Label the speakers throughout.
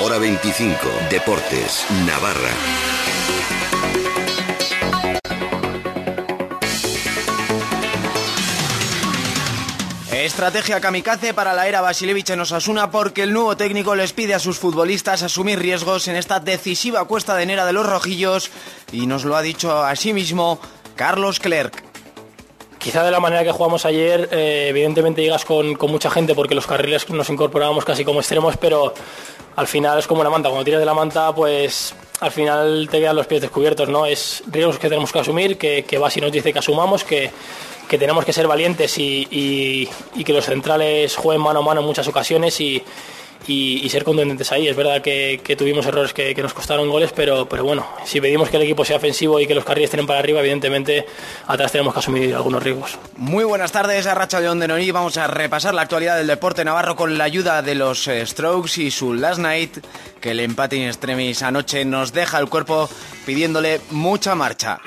Speaker 1: Hora 25. Deportes, Navarra.
Speaker 2: Estrategia kamikaze para la era Vasilevich en Osasuna, porque el nuevo técnico les pide a sus futbolistas asumir riesgos en esta decisiva cuesta de enero de los rojillos, y nos lo ha dicho a sí mismo Carlos Clerc.
Speaker 3: Quizá de la manera que jugamos ayer, evidentemente llegas con mucha gente porque los carriles nos incorporábamos casi como extremos, pero al final es como una manta. Cuando tiras de la manta, pues al final te quedan los pies descubiertos, ¿no? Es riesgos que tenemos que asumir, que Basi nos dice que asumamos, que tenemos que ser valientes y que los centrales jueguen mano a mano en muchas ocasiones y ser contundentes ahí. Es verdad que tuvimos errores que nos costaron goles, pero bueno, si pedimos que el equipo sea ofensivo y que los carriles tienen para arriba, evidentemente atrás tenemos que asumir algunos riesgos.
Speaker 2: Muy buenas tardes, Arratsaldeon Denoi. Vamos a repasar la actualidad del deporte navarro con la ayuda de los Strokes y su Last Night, que el empate in extremis anoche nos deja el cuerpo pidiéndole mucha marcha.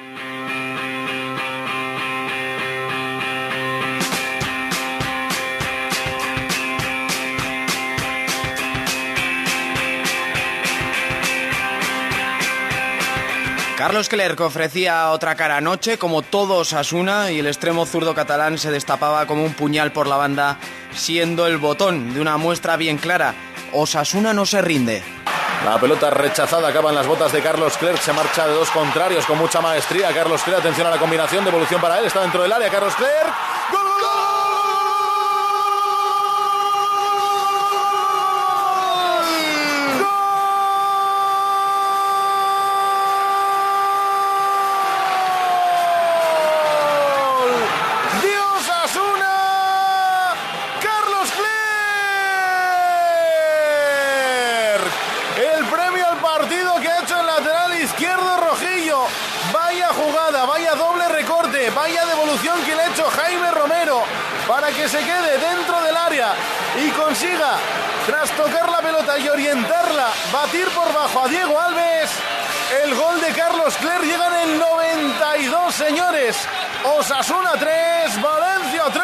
Speaker 2: Carlos Clerc ofrecía otra cara anoche, como todo Osasuna, y el extremo zurdo catalán se destapaba como un puñal por la banda, siendo el botón de una muestra bien clara: Osasuna no se rinde.
Speaker 4: La pelota rechazada acaba en las botas de Carlos Clerc, se marcha de dos contrarios con mucha maestría. Carlos Clerc, atención a la combinación, devolución para él, está dentro del área, Carlos Clerc. ¡Gol! Vaya devolución que le ha hecho Jaime Romero para que se quede dentro del área y consiga trastocar la pelota y orientarla, batir por bajo a Diego Alves. El gol de Carlos Clerc llega en el 92, señores. Osasuna 3, Valencia 3.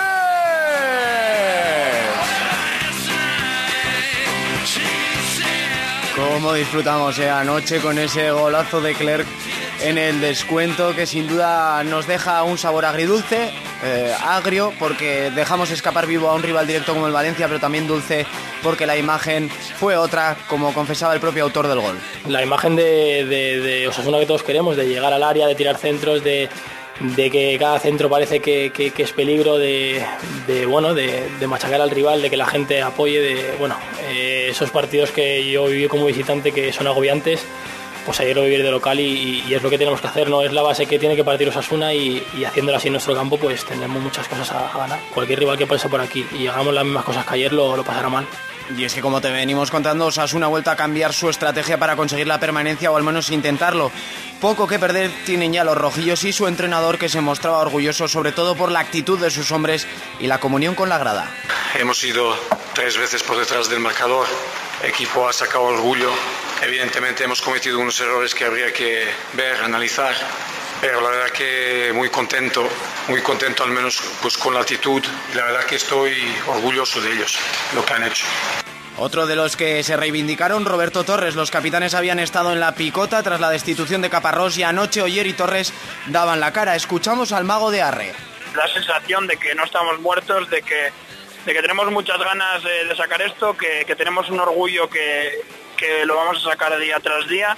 Speaker 2: Cómo disfrutamos anoche con ese golazo de Clerc en el descuento, que sin duda nos deja un sabor agridulce, agrio, porque dejamos escapar vivo a un rival directo como el Valencia, pero también dulce porque la imagen fue otra, como confesaba el propio autor del gol.
Speaker 3: La imagen de Osasuna que todos queremos, de llegar al área, de tirar centros, de que cada centro parece que es peligro, de machacar al rival, de que la gente apoye, esos partidos que yo viví como visitante que son agobiantes, pues ayer lo viví de local y es lo que tenemos que hacer, ¿no? Es la base que tiene que partir Osasuna y haciéndolo así en nuestro campo, pues tendremos muchas cosas a ganar. Cualquier rival que pase por aquí y hagamos las mismas cosas que ayer lo pasará mal.
Speaker 2: Y es que, como te venimos contando, Osasuna ha vuelto a cambiar su estrategia para conseguir la permanencia, o al menos intentarlo. Poco que perder tienen ya los rojillos y su entrenador, que se mostraba orgulloso sobre todo por la actitud de sus hombres y la comunión con la grada.
Speaker 5: Hemos ido 3 veces por detrás del marcador, el equipo ha sacado orgullo, evidentemente hemos cometido unos errores que habría que ver, analizar, pero la verdad que muy contento al menos pues con la actitud, y la verdad que estoy orgulloso de ellos, lo que han hecho.
Speaker 2: Otro de los que se reivindicaron, Roberto Torres. Los capitanes habían estado en la picota tras la destitución de Caparrós y anoche Oyer y Torres daban la cara. Escuchamos al mago de Arre.
Speaker 6: La sensación de que no estamos muertos, de que tenemos muchas ganas de sacar esto, que tenemos un orgullo que lo vamos a sacar día tras día.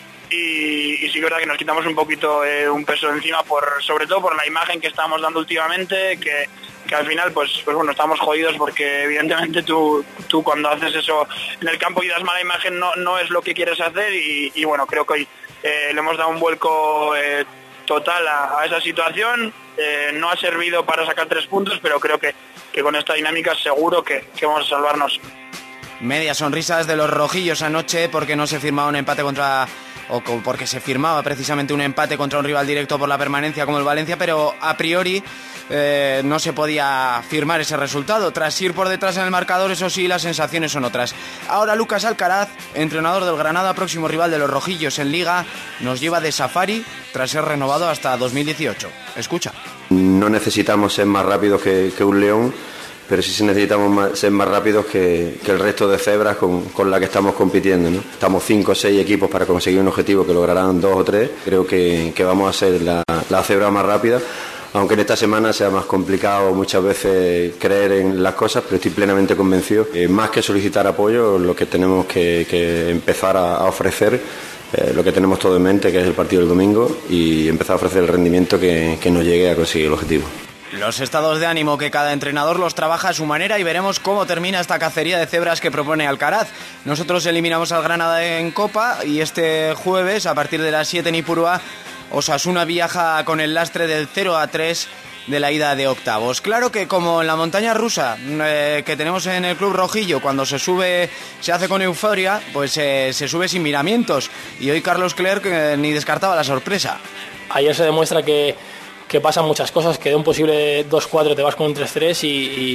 Speaker 6: Y sí que es verdad que nos quitamos un poquito un peso de encima, sobre todo por la imagen que estamos dando últimamente, que al final pues bueno, estamos jodidos porque evidentemente tú cuando haces eso en el campo y das mala imagen no es lo que quieres hacer y bueno, creo que hoy le hemos dado un vuelco total a esa situación. No ha servido para sacar 3 puntos, pero creo que con esta dinámica seguro que vamos a salvarnos.
Speaker 2: Medias sonrisas de los rojillos anoche porque no se firmaba un empate porque se firmaba precisamente un empate contra un rival directo por la permanencia como el Valencia, pero a priori no se podía firmar ese resultado. Tras ir por detrás en el marcador, eso sí, las sensaciones son otras. Ahora Lucas Alcaraz, entrenador del Granada, próximo rival de los rojillos en Liga, nos lleva de safari tras ser renovado hasta 2018. Escucha.
Speaker 7: No necesitamos ser más rápidos que un león, pero sí necesitamos ser más rápidos que el resto de cebras con la que estamos compitiendo, ¿no? Estamos 5 o 6 equipos para conseguir un objetivo que lograrán 2 o 3. Creo que vamos a ser la cebra más rápida, aunque en esta semana sea más complicado muchas veces creer en las cosas, pero estoy plenamente convencido. Más que solicitar apoyo, lo que tenemos que empezar a ofrecer, lo que tenemos todo en mente, que es el partido del domingo, y empezar a ofrecer el rendimiento que nos llegue a conseguir el objetivo.
Speaker 2: Los estados de ánimo que cada entrenador los trabaja a su manera y veremos cómo termina esta cacería de cebras que propone Alcaraz. Nosotros eliminamos al Granada en Copa y este jueves, a partir de las 7 en Ipurúa, Osasuna viaja con el lastre del 0-3 de la ida de octavos. Claro que como en la montaña rusa que tenemos en el Club Rojillo, cuando se sube se hace con euforia, pues se sube sin miramientos. Y hoy Carlos Clerc ni descartaba la sorpresa.
Speaker 3: Ayer se demuestra que pasan muchas cosas, que de un posible 2-4 te vas con un 3-3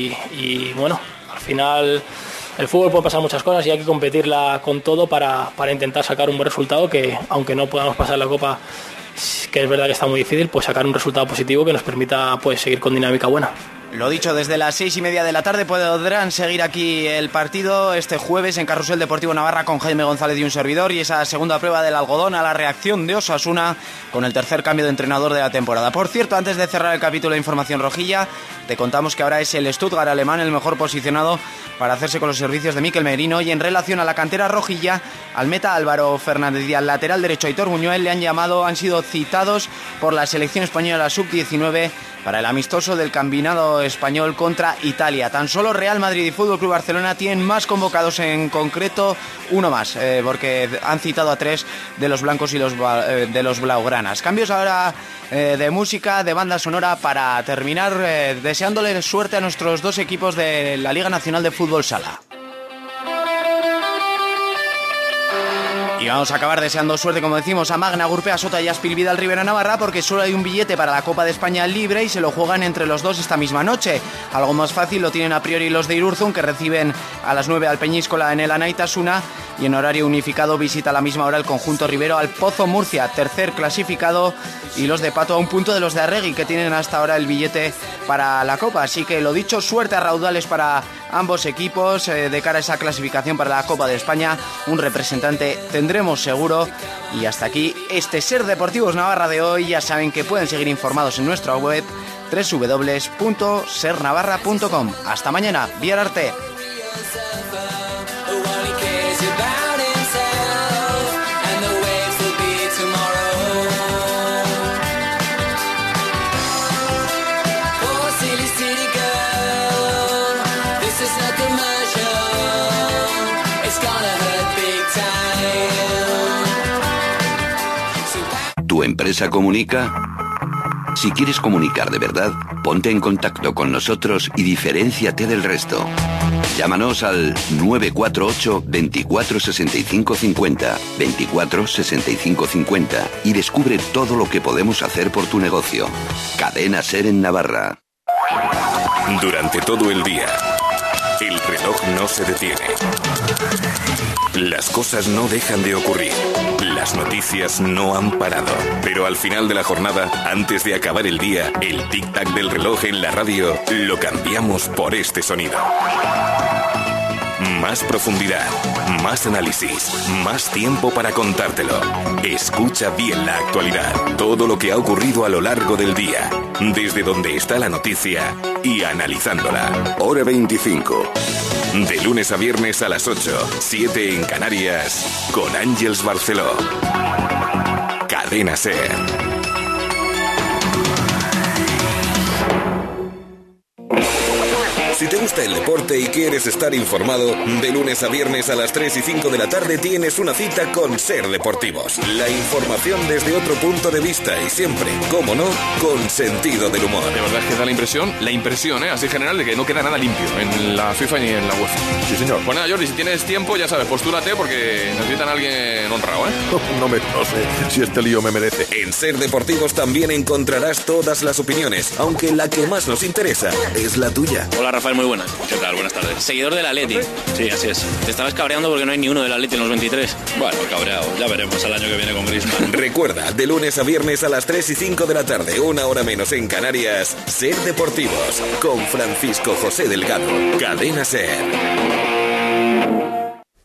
Speaker 3: y bueno, al final el fútbol puede pasar muchas cosas y hay que competirla con todo para intentar sacar un buen resultado, que aunque no podamos pasar la Copa, que es verdad que está muy difícil, pues sacar un resultado positivo que nos permita pues seguir con dinámica buena.
Speaker 2: Lo dicho, desde las 6:30 de la tarde podrán seguir aquí el partido este jueves en Carrusel Deportivo Navarra con Jaime González y un servidor, y esa segunda prueba del algodón a la reacción de Osasuna con el tercer cambio de entrenador de la temporada. Por cierto, antes de cerrar el capítulo de Información Rojilla, te contamos que ahora es el Stuttgart alemán el mejor posicionado para hacerse con los servicios de Mikel Merino, y en relación a la cantera rojilla, al meta Álvaro Fernández y al lateral derecho Aitor Buñuel han sido citados por la selección española sub-19 para el amistoso del combinado español contra Italia. Tan solo Real Madrid y Fútbol Club Barcelona tienen más convocados, en concreto uno más, porque han citado a 3 de los blancos y de los blaugranas. Cambios ahora de música, de banda sonora, para terminar deseándole suerte a nuestros dos equipos de la Liga Nacional de Fútbol Sala. Y vamos a acabar deseando suerte, como decimos, a Magna, Gurpea, Sota y Aspil Vidal Rivera Navarra, porque solo hay un billete para la Copa de España libre y se lo juegan entre los dos esta misma noche. Algo más fácil lo tienen a priori los de Irurzun, que reciben a las 9 al Peñíscola en el Anaitasuna, y en horario unificado visita a la misma hora el conjunto ribero al Pozo Murcia, tercer clasificado, y los de Pato a un punto de los de Arregui, que tienen hasta ahora el billete para la Copa. Así que lo dicho, suerte a raudales para ambos equipos de cara a esa clasificación para la Copa de España. Un representante tendremos seguro. Y hasta aquí este Ser Deportivos Navarra de hoy. Ya saben que pueden seguir informados en nuestra web www.sernavarra.com. Hasta mañana, Biar Arte.
Speaker 1: ¿Tu empresa comunica? Si quieres comunicar de verdad, ponte en contacto con nosotros y diferénciate del resto. Llámanos al 948 24 65 50, 24 65 50 y descubre todo lo que podemos hacer por tu negocio. Cadena Ser en Navarra.
Speaker 8: Durante todo el día, el reloj no se detiene. Las cosas no dejan de ocurrir. Las noticias no han parado. Pero al final de la jornada, antes de acabar el día, el tic-tac del reloj en la radio lo cambiamos por este sonido. Más profundidad, más análisis, más tiempo para contártelo. Escucha bien la actualidad, todo lo que ha ocurrido a lo largo del día, desde donde está la noticia y analizándola. Hora 25. De lunes a viernes a las 8, 7 en Canarias, con Ángels Barceló. Cadena Ser. Si te gusta el deporte y quieres estar informado, de lunes a viernes a las 3 y 5 de la tarde tienes una cita con Ser Deportivos. La información desde otro punto de vista y siempre, como no, con sentido del humor.
Speaker 9: De verdad es que da la impresión, así general, de que no queda nada limpio en la FIFA ni en la UEFA.
Speaker 4: Sí, señor.
Speaker 9: Pues nada, Jordi, si tienes tiempo, ya sabes, postúlate porque necesitan a alguien honrado, ¿eh?
Speaker 4: No sé si este lío me merece.
Speaker 8: En Ser Deportivos también encontrarás todas las opiniones, aunque la que más nos interesa es la tuya.
Speaker 10: Hola, Rafael, muy buenas. buenas.
Speaker 11: ¿Qué tal? Buenas tardes.
Speaker 10: Seguidor del Atleti.
Speaker 11: Sí, así es.
Speaker 10: Te estabas cabreando porque no hay ni uno del Atleti en los 23.
Speaker 11: Bueno, cabreado. Ya veremos el año que viene con Griezmann.
Speaker 8: Recuerda, de lunes a viernes a las 3 y 5 de la tarde, 1 hora menos en Canarias, Ser Deportivos, con Francisco José Delgado. Cadena Ser.